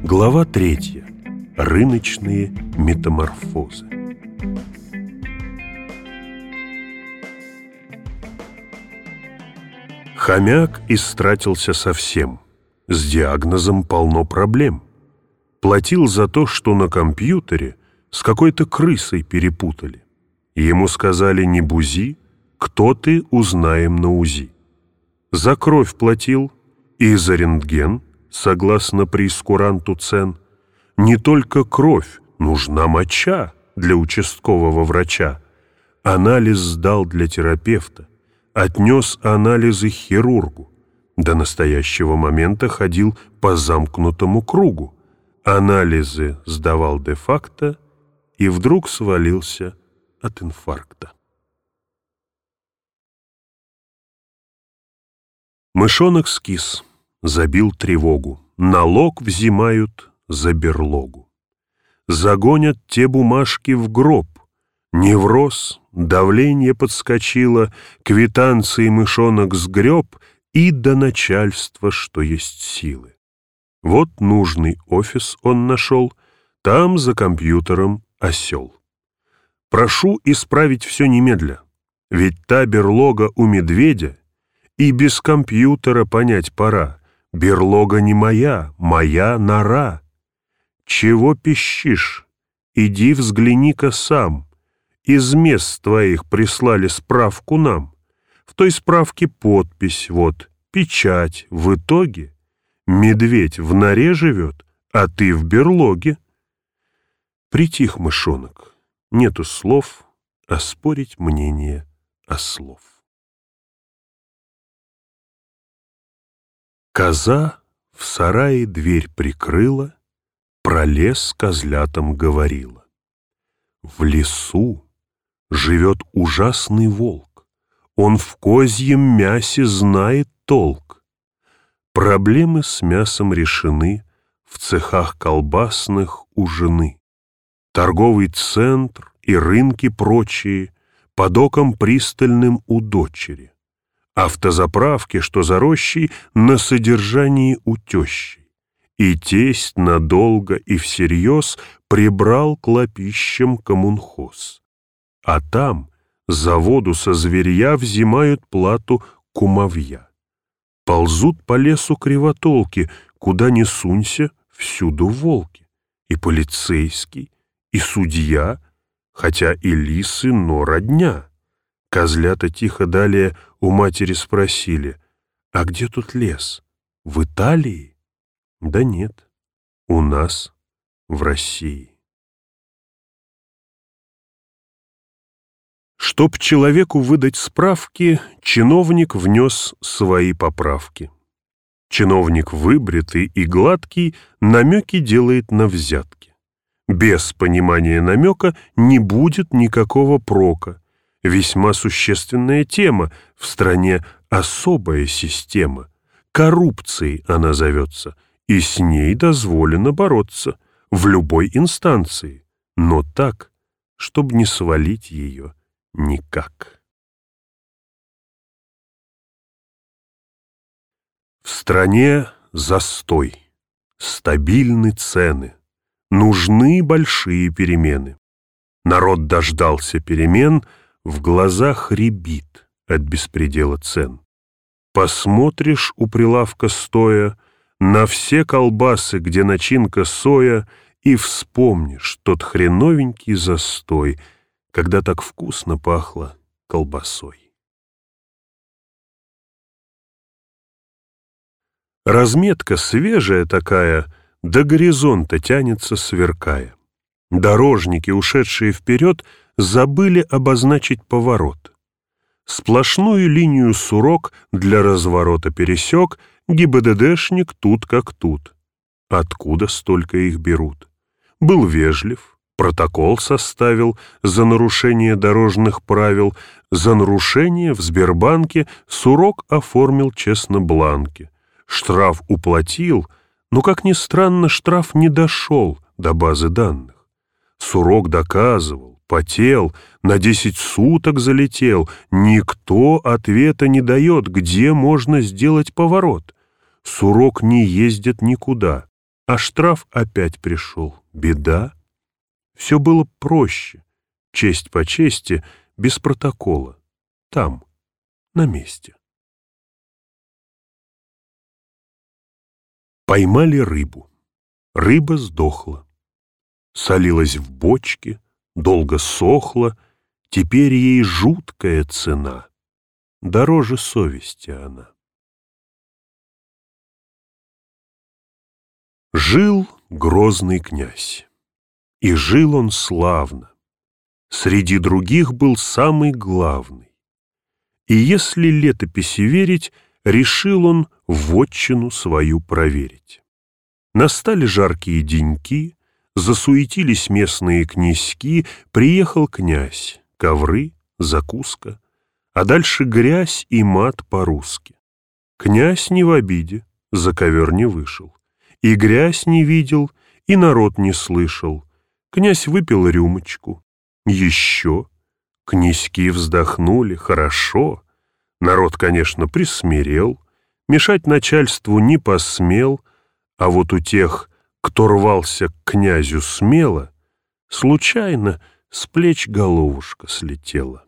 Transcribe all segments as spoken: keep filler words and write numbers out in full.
Глава третья. Рыночные метаморфозы. Хомяк истратился совсем. С диагнозом полно проблем. Платил за то, что на компьютере с какой-то крысой перепутали. Ему сказали: не бузи, кто ты, узнаем на УЗИ. За кровь платил и за рентген, согласно прейскуранту цен. Не только кровь, нужна моча для участкового врача. Анализ сдал для терапевта, отнес анализы хирургу. До настоящего момента ходил по замкнутому кругу. Анализы сдавал де-факто и вдруг свалился от инфаркта. Мышонок скис, забил тревогу. Налог взимают за берлогу. Загонят те бумажки в гроб. Невроз, давление подскочило, квитанции мышонок сгреб и до начальства, что есть силы. Вот нужный офис он нашел, там за компьютером осел. Прошу исправить все немедля, ведь та берлога у медведя, и без компьютера понять пора. Берлога не моя, моя нора. Чего пищишь? Иди взгляни-ка сам. Из мест твоих прислали справку нам. В той справке подпись, вот, печать. В итоге медведь в норе живет, а ты в берлоге. Притих мышонок. Нету слов оспорить мнение ослов. Коза в сарае дверь прикрыла, про лес козлятам говорила. В лесу живет ужасный волк, он в козьем мясе знает толк. Проблемы с мясом решены в цехах колбасных у жены. Торговый центр и рынки прочие под оком пристальным у дочери. Автозаправки, что за рощей, на содержании у тещи. И тесть надолго и всерьез прибрал к лапищам коммунхоз. А там за воду со зверья взимают плату кумовья. Ползут по лесу кривотолки, куда ни сунься, всюду волки. И полицейский, и судья, хотя и лисы, но родня. Козлята тихо далее у матери спросили: а где тут лес? В Италии? Да нет, у нас, в России. Чтоб человеку выдать справки, чиновник внес свои поправки. Чиновник выбритый и гладкий намеки делает на взятки. Без понимания намека не будет никакого прока. Весьма существенная тема, в стране особая система. Коррупцией она зовется, и с ней дозволено бороться в любой инстанции, но так, чтобы не свалить ее никак. В стране застой, стабильны цены, нужны большие перемены. Народ дождался перемен, в глазах рябит от беспредела цен. Посмотришь у прилавка стоя на все колбасы, где начинка соя, и вспомнишь тот хреновенький застой, когда так вкусно пахло колбасой. Разметка свежая такая, до горизонта тянется, сверкая. Дорожники, ушедшие вперед, забыли обозначить поворот. Сплошную линию сурок для разворота пересек, ГИБДДшник тут как тут. Откуда столько их берут? Был вежлив, протокол составил за нарушение дорожных правил, за нарушение в Сбербанке сурок оформил честно бланки. Штраф уплатил, но, как ни странно, штраф не дошел до базы данных. Сурок доказывал, потел, на десять суток залетел. Никто ответа не дает, где можно сделать поворот. Сурок не ездит никуда. А штраф опять пришел. Беда. Все было проще. Честь по чести, без протокола. Там, на месте. Поймали рыбу. Рыба сдохла. Солилась в бочке, долго сохла. Теперь ей жуткая цена. Дороже совести она. Жил грозный князь. И жил он славно. Среди других был самый главный. И если летописи верить, решил он вотчину свою проверить. Настали жаркие деньки, засуетились местные князьки, приехал князь, ковры, закуска, а дальше грязь и мат по-русски. Князь не в обиде, за ковер не вышел, и грязь не видел, и народ не слышал. Князь выпил рюмочку. Еще. Князьки вздохнули. Хорошо. Народ, конечно, присмирел. Мешать начальству не посмел. А вот у тех, кто рвался к князю смело, случайно с плеч головушка слетела.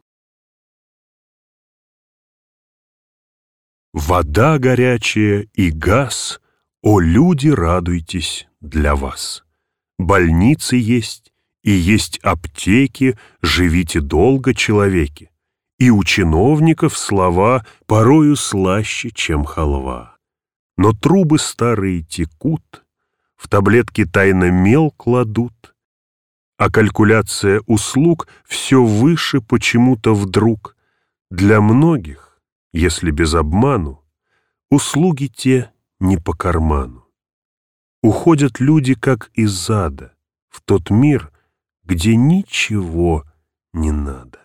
Вода горячая и газ, о, люди, радуйтесь, для вас. Больницы есть, и есть аптеки, живите долго, человеки. И у чиновников слова порою слаще, чем халва. Но трубы старые текут, в таблетки тайно мел кладут, а калькуляция услуг все выше почему-то вдруг. Для многих, если без обману, услуги те не по карману. Уходят люди, как из ада, в тот мир, где ничего не надо.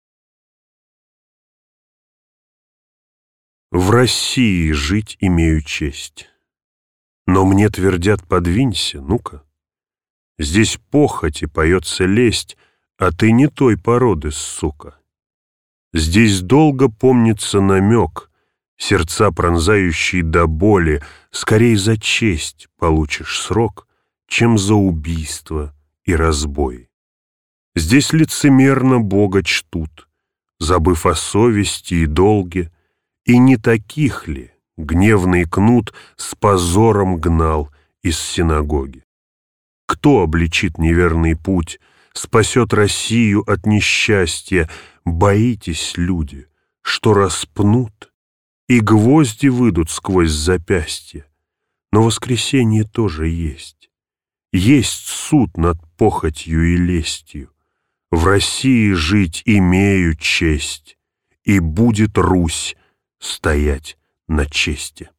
В России жить имею честь, но мне твердят: подвинься, ну-ка. Здесь похоть и поется лесть, а ты не той породы, сука. Здесь долго помнится намек, сердца пронзающие до боли, скорей за честь получишь срок, чем за убийство и разбой. Здесь лицемерно Бога чтут, забыв о совести и долге, и не таких ли гневный кнут с позором гнал из синагоги? Кто обличит неверный путь, спасет Россию от несчастья? Боитесь, люди, что распнут, и гвозди выйдут сквозь запястья. Но воскресенье тоже есть. Есть суд над похотью и лестью. В России жить имею честь, и будет Русь стоять на чести.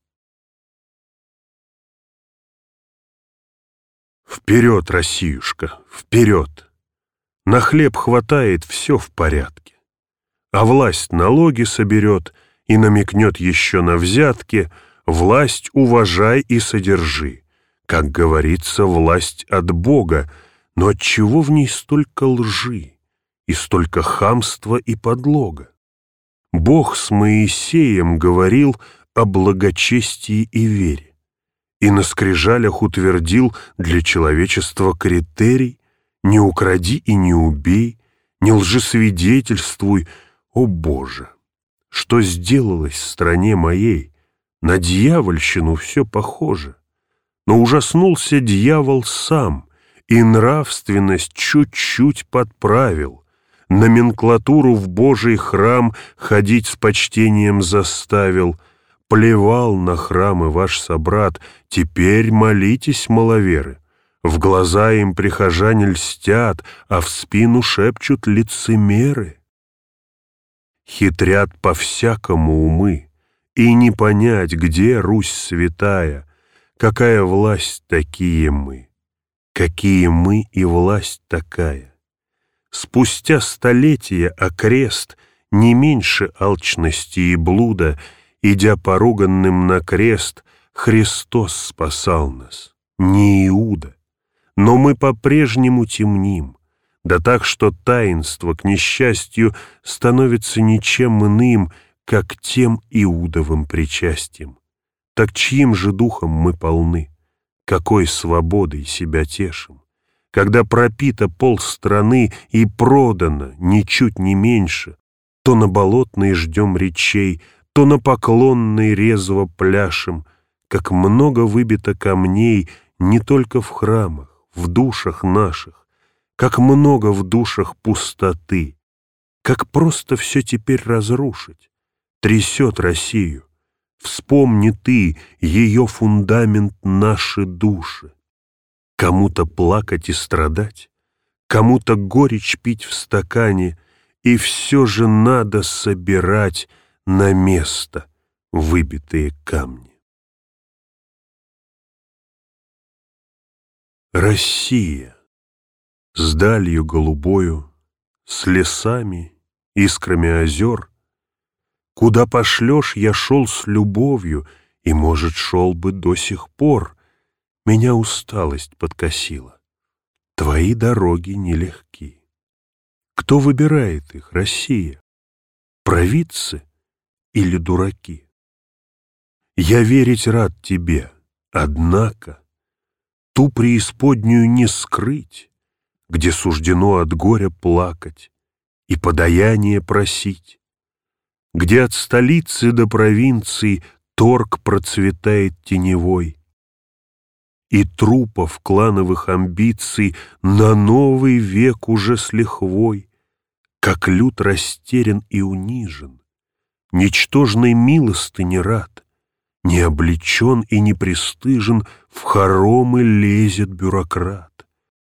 Вперед, Россиюшка, вперед! На хлеб хватает, все в порядке. А власть налоги соберет и намекнет еще на взятки. Власть уважай и содержи. Как говорится, власть от Бога, но отчего в ней столько лжи и столько хамства и подлога? Бог с Моисеем говорил о благочестии и вере, и на скрижалях утвердил для человечества критерий: не укради и не убей, не лжесвидетельствуй. О Боже, что сделалось в стране моей? На дьявольщину все похоже. Но ужаснулся дьявол сам и нравственность чуть-чуть подправил. Номенклатуру в Божий храм ходить с почтением заставил. Плевал на храмы ваш собрат, теперь молитесь, маловеры. В глаза им прихожане льстят, а в спину шепчут лицемеры. Хитрят по-всякому умы, и не понять, где Русь святая, какая власть, такие мы, какие мы и власть такая. Спустя столетия окрест не меньше алчности и блуда, идя поруганным на крест, Христос спасал нас, не Иуда. Но мы по-прежнему темним, да так, что таинство, к несчастью, становится ничем иным, как тем Иудовым причастием. Так чьим же духом мы полны? какой свободой себя тешим, когда пропито полстраны и продано ничуть не меньше, то на болотной ждем речей, то на поклонной резво пляшем, как много выбито камней не только в храмах, в душах наших, как много в душах пустоты, как просто все теперь разрушить, трясет Россию. Вспомни ты, ее фундамент наши души. Кому-то плакать и страдать, кому-то горечь пить в стакане, и все же надо собирать на место выбитые камни. Россия с далью голубою, с лесами, искрами озер, куда пошлешь, я шел с любовью, и, может, шел бы до сих пор. Меня усталость подкосила. Твои дороги нелегки. Кто выбирает их, Россия? Провидцы или дураки? Я верить рад тебе, однако ту преисподнюю не скрыть, где суждено от горя плакать и подаяние просить, где от столицы до провинции торг процветает теневой, и трупов клановых амбиций на новый век уже с лихвой, как люд растерян и унижен, ничтожной милостыни рад, не облечен и не пристыжен, в хоромы лезет бюрократ.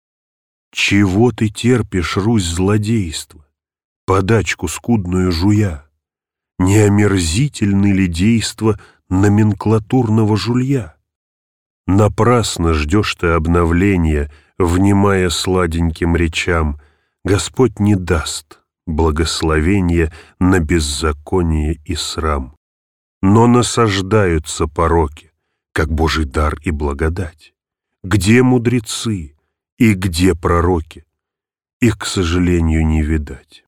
Чего ты терпишь, Русь, злодейство, подачку скудную жуя? Не омерзительны ли действа номенклатурного жулья? Напрасно ждешь ты обновления, внимая сладеньким речам. Господь не даст благословения на беззаконие и срам. Но насаждаются пороки, как Божий дар и благодать. Где мудрецы и где пророки? Их, к сожалению, не видать.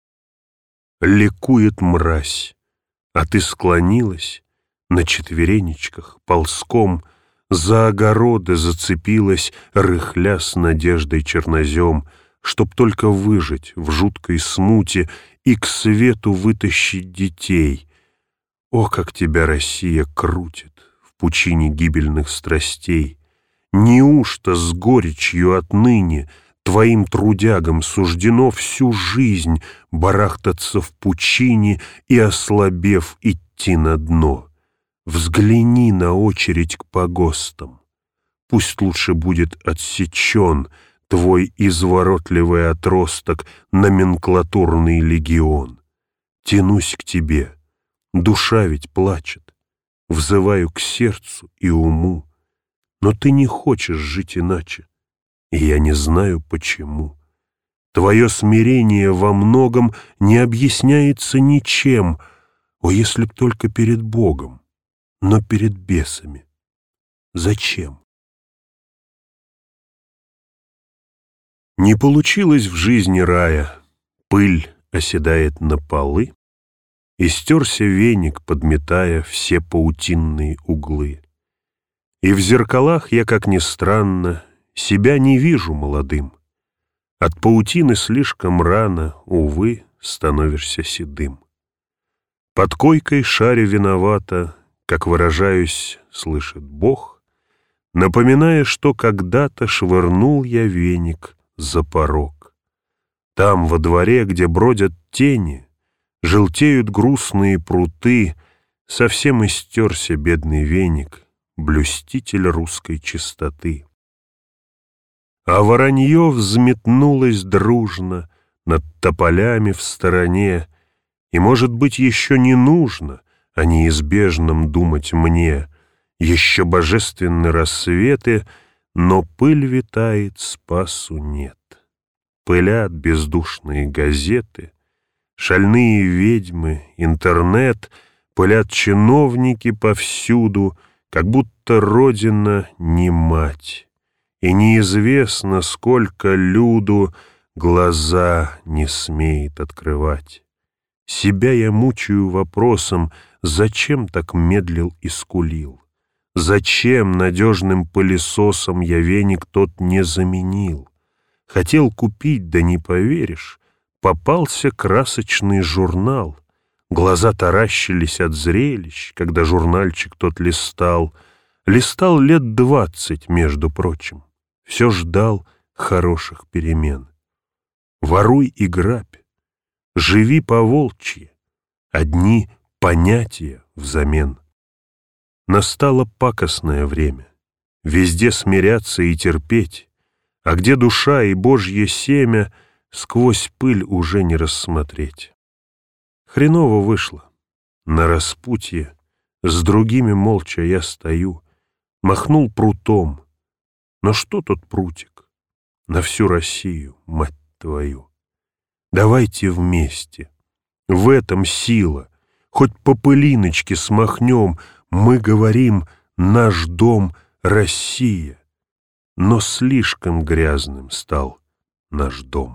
Ликует мразь, а ты склонилась на четверенечках, ползком, за огороды зацепилась, рыхля с надеждой чернозем, чтоб только выжить в жуткой смуте и к свету вытащить детей. О, как тебя Россия крутит в пучине гибельных страстей! Неужто с горечью отныне твоим трудягам суждено всю жизнь барахтаться в пучине и, ослабев, идти на дно? Взгляни на очередь к погостам. Пусть лучше будет отсечен твой изворотливый отросток, номенклатурный легион. Тянусь к тебе, душа ведь плачет, взываю к сердцу и уму, но ты не хочешь жить иначе, и я не знаю почему. Твое смирение во многом не объясняется ничем, о, если б только перед Богом. Но перед бесами зачем? Не получилось в жизни рая, пыль оседает на полы, и стерся веник, подметая все паутинные углы. И в зеркалах я, как ни странно, себя не вижу молодым. От паутины слишком рано, увы, становишься седым. Под койкой шарю виновата, как выражаюсь, слышит Бог, напоминая, что когда-то швырнул я веник за порог. Там, во дворе, где бродят тени, желтеют грустные пруты, совсем истерся бедный веник, блюститель русской чистоты. А воронье взметнулось дружно над тополями в стороне, и, может быть, еще не нужно о неизбежном думать мне, еще божественны рассветы, но пыль витает, спасу нет. Пылят бездушные газеты, шальные ведьмы, интернет, пылят чиновники повсюду, как будто Родина не мать, и неизвестно, сколько люду глаза не смеет открывать. Себя я мучаю вопросом, зачем так медлил и скулил? Зачем надежным пылесосом я веник тот не заменил? Хотел купить, да не поверишь, попался красочный журнал. Глаза таращились от зрелищ, когда журнальчик тот листал. Листал лет двадцать, между прочим. Все ждал хороших перемен. Воруй и грабь, живи по-волчьи, одни понятия взамен. Настало пакостное время, везде смиряться и терпеть, а где душа и Божье семя, сквозь пыль уже не рассмотреть. Хреново вышло. На распутье с другими молча я стою, махнул прутом. Но что тот прутик? На всю Россию, мать твою. Давайте вместе. В этом сила. Хоть по пылиночке смахнем. Мы говорим: наш дом — Россия. Но слишком грязным стал наш дом.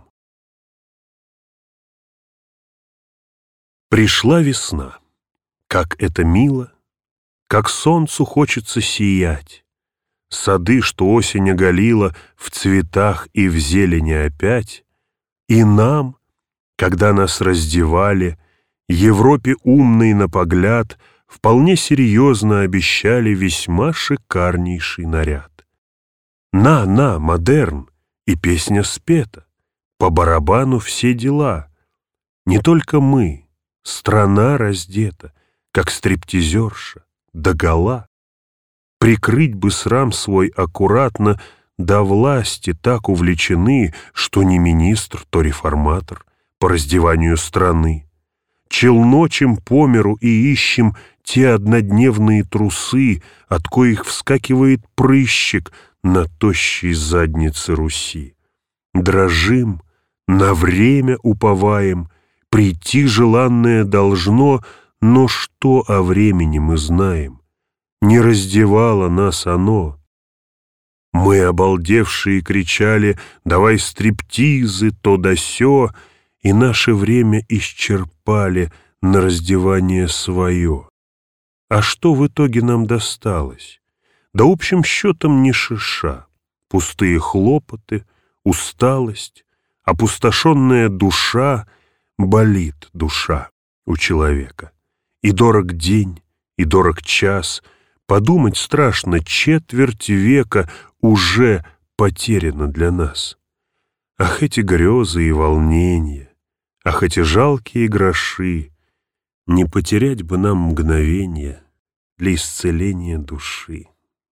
Пришла весна. Как это мило, как солнцу хочется сиять. Сады, что осень оголила, в цветах и в зелени опять. И нам, когда нас раздевали, Европе умной на погляд, вполне серьезно обещали весьма шикарнейший наряд. На, на, модерн, и песня спета, по барабану все дела. Не только мы, страна раздета, как стриптизерша, догола. Прикрыть бы срам свой аккуратно, да власти так увлечены, что ни министр, то реформатор по раздеванию страны. Челночим по миру и ищем те однодневные трусы, от коих вскакивает прыщик на тощей заднице Руси. Дрожим, на время уповаем, прийти желанное должно, но что о времени мы знаем? Не раздевало нас оно. Мы, обалдевшие, кричали: давай стриптизы, то да сё, и наше время исчерпали на раздевание свое. А что в итоге нам досталось? Да общим счетом ни шиша. Пустые хлопоты, усталость, опустошенная душа. Болит душа у человека. И дорог день, и дорог час. Подумать страшно, четверть века уже потеряно для нас. Ах, эти грезы и волнения, ах, эти жалкие гроши, не потерять бы нам мгновения для исцеления души.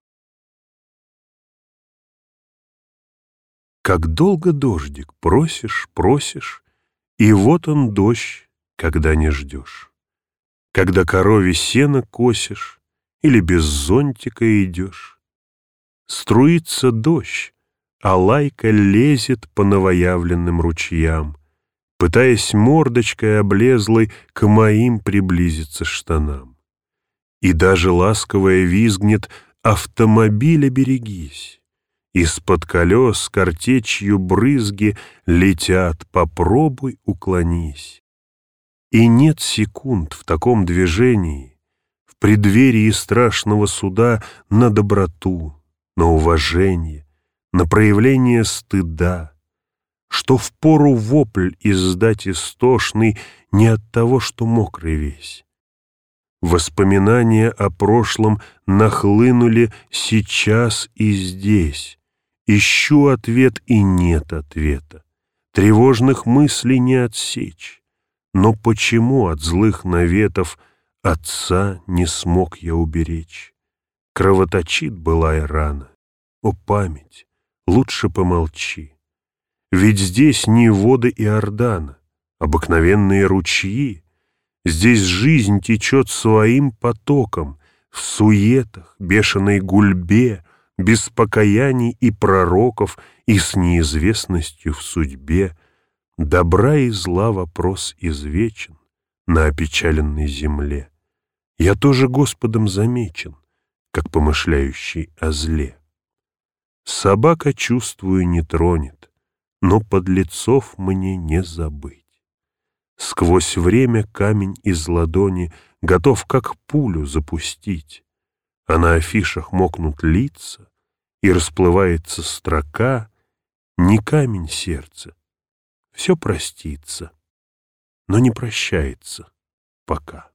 Как долго дождик просишь, просишь, и вот он дождь, когда не ждешь. Когда корове сено косишь или без зонтика идешь. Струится дождь, а лайка лезет по новоявленным ручьям, пытаясь мордочкой облезлой к моим приблизиться штанам. И даже ласковая визгнет: автомобиля берегись. Из-под колес картечью брызги летят, попробуй уклонись. И нет секунд в таком движении, в преддверии страшного суда, на доброту, на уважение, на проявление стыда, что впору вопль издать истошный не от того, что мокрый весь. Воспоминания о прошлом нахлынули сейчас и здесь. Ищу ответ, и нет ответа. Тревожных мыслей не отсечь. Но почему от злых наветов отца не смог я уберечь? Кровоточит былая рана. О, память, лучше помолчи. Ведь здесь не воды Иордана, обыкновенные ручьи. Здесь жизнь течет своим потоком, в суетах, бешеной гульбе, без покаяний и пророков, и с неизвестностью в судьбе. Добра и зла вопрос извечен на опечаленной земле. Я тоже Господом замечен, как помышляющий о зле. Собака, чувствую, не тронет, но подлецов мне не забыть. Сквозь время камень из ладони готов как пулю запустить. а на афишах мокнут лица, и расплывается строка, не камень сердца, все простится, но не прощается пока.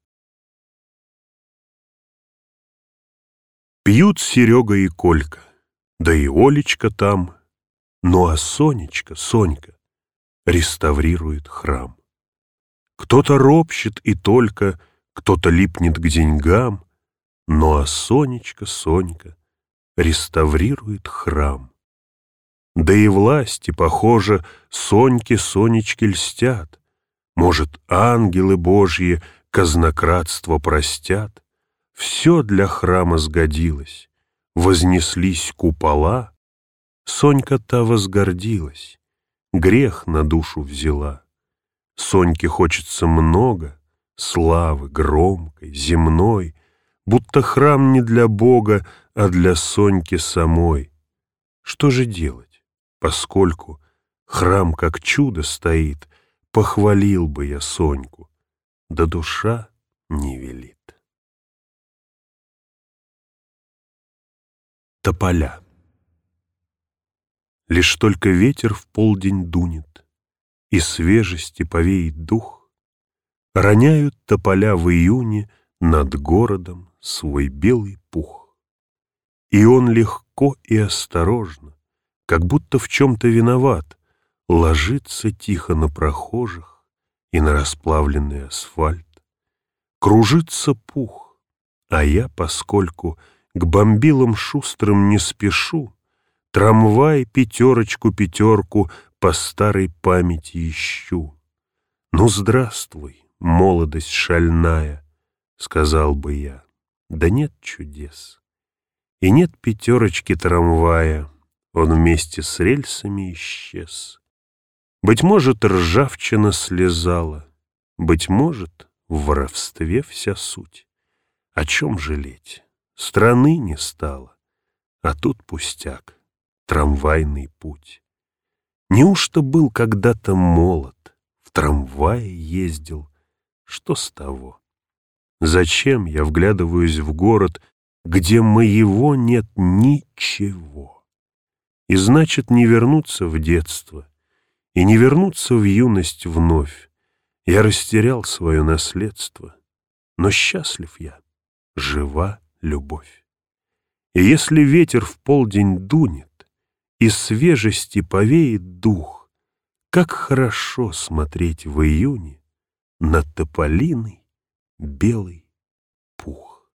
Пьют Серега и Колька, да и Олечка там, ну а Сонечка, Сонька, реставрирует храм. Кто-то ропщет и только, кто-то липнет к деньгам, ну а Сонечка, Сонька реставрирует храм. Да и власти, похоже, Соньке, Сонечке льстят. Может, ангелы Божьи казнократство простят. Все для храма сгодилось, вознеслись купола. Сонька-то возгордилась, грех на душу взяла. Соньке хочется много славы громкой, земной, будто храм не для Бога, а для Соньки самой. Что же делать, поскольку храм как чудо стоит, похвалил бы я Соньку, да душа не велит. Тополя. Лишь только ветер в полдень дунет, и свежести повеет дух, роняют тополя в июне над городом свой белый пух. И он легко и осторожно, как будто в чем-то виноват, ложится тихо на прохожих и на расплавленный асфальт. Кружится пух, а я, поскольку к бомбилам шустрым не спешу, трамвай пятерочку-пятерку по старой памяти ищу. Ну, здравствуй, молодость шальная, сказал бы я, да нет чудес. И нет пятерочки трамвая, он вместе с рельсами исчез. Быть может, ржавчина слезала, быть может, в воровстве вся суть. О чем жалеть? Страны не стало, а тут пустяк, трамвайный путь. Неужто был когда-то молод, в трамвае ездил? Что с того? Зачем я вглядываюсь в город, где моего нет ничего? И значит, не вернуться в детство, и не вернуться в юность вновь. Я растерял свое наследство, но счастлив я, жива любовь. И если ветер в полдень дунет, и свежести повеет дух, как хорошо смотреть в июне на тополиный белый пух.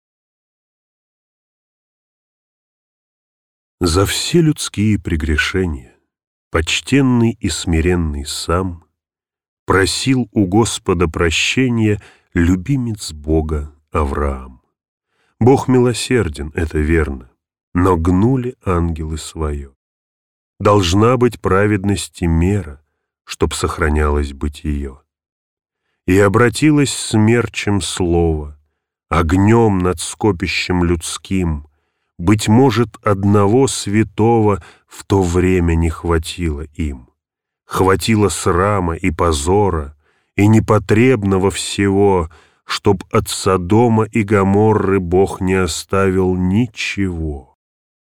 За все людские прегрешения почтенный и смиренный сам просил у Господа прощения любимец Бога Авраам. Бог милосерден, это верно, но гнули ангелы свое. Должна быть праведности мера, чтоб сохранялось бытие. И обратилось смерчем слово, огнем над скопищем людским. Быть может, одного святого в то время не хватило им. Хватило срама и позора, и непотребного всего, чтоб от Содома и Гоморры Бог не оставил ничего.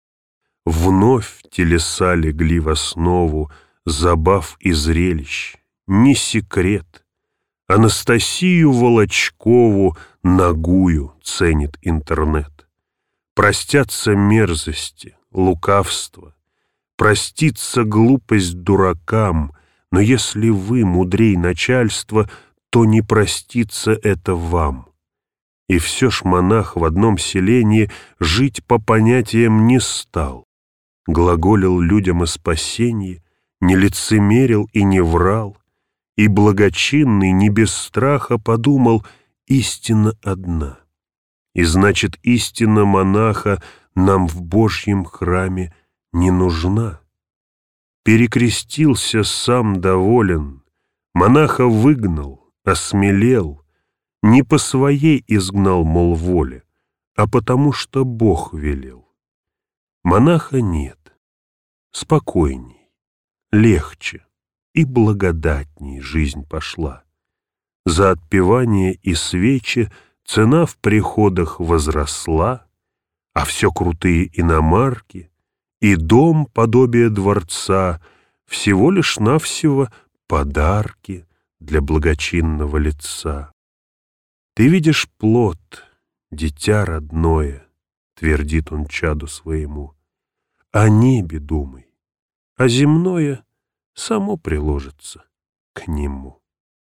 Вновь телеса легли в основу забав и зрелищ, не секрет. Анастасию Волочкову нагую ценит интернет. Простятся мерзости, лукавство, простится глупость дуракам, но если вы мудрей начальства, то не простится это вам. И все ж монах в одном селении жить по понятиям не стал. Глаголил людям о спасении, не лицемерил и не врал, и благочинный не без страха подумал: истина одна. И значит, истина монаха нам в Божьем храме не нужна. Перекрестился сам доволен, монаха выгнал, осмелел, не по своей изгнал, мол, воле, а потому что Бог велел. Монаха нет, спокойней, легче и благодатней жизнь пошла. За отпевание и свечи цена в приходах возросла, А все крутые иномарки и дом подобие дворца всего лишь навсего подарки для благочинного лица. Ты видишь плод, дитя родное, твердит он чаду своему, о небе думай, а земное само приложится к нему.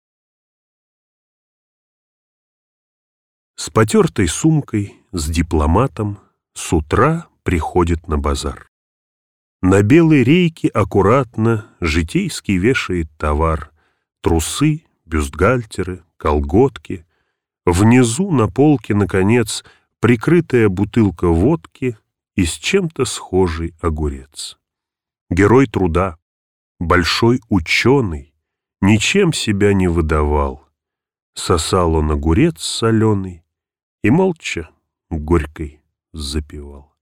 С потертой сумкой, с дипломатом с утра приходит на базар. На белой рейке аккуратно житейский вешает товар: трусы, бюстгальтеры, колготки. Внизу на полке, наконец, прикрытая бутылка водки и с чем-то схожий огурец. Герой труда, большой ученый, ничем себя не выдавал. Сосал он огурец соленый и молча горькой запивал.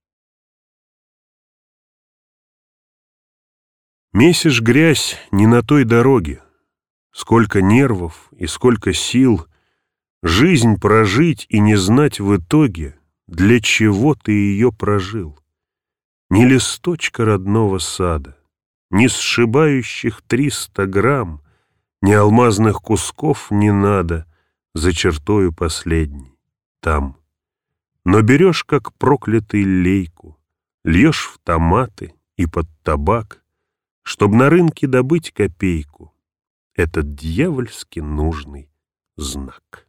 Месишь грязь не на той дороге, сколько нервов и сколько сил, жизнь прожить и не знать в итоге, для чего ты ее прожил. Ни листочка родного сада, ни сшибающих триста грамм, ни алмазных кусков не надо за чертою последней, там. Но берешь, как проклятый, лейку, льешь в томаты и под табак, чтоб на рынке добыть копейку, этот дьявольски нужный знак.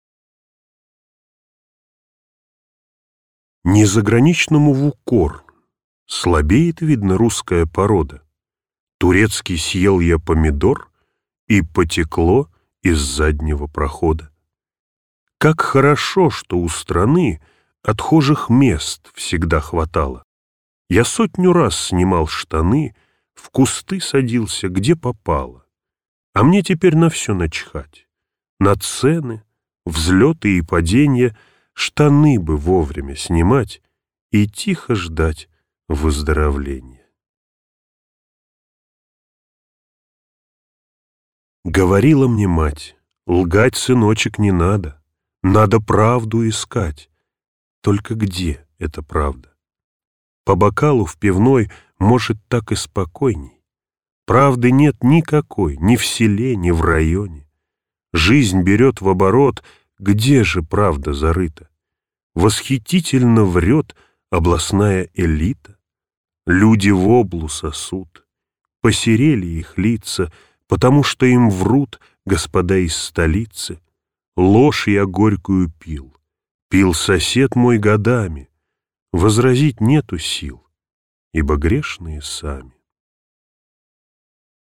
Не заграничному в укор, слабеет, видно, русская порода. Турецкий съел я помидор, и потекло из заднего прохода. Как хорошо, что у страны отхожих мест всегда хватало. Я сотню раз снимал штаны, в кусты садился, где попало. А мне теперь на все начхать. На цены, взлеты и падения, штаны бы вовремя снимать и тихо ждать выздоровления. Говорила мне мать: лгать, сыночек, не надо, надо правду искать. Только где эта правда? По бокалу в пивной, может, так и спокойней. Правды нет никакой, ни в селе, ни в районе. Жизнь берет в оборот, где же правда зарыта? Восхитительно врет областная элита. Люди воблу сосут, посерели их лица, потому что им врут господа из столицы. Ложь я горькую пил, пил сосед мой годами, возразить нету сил, ибо грешные сами.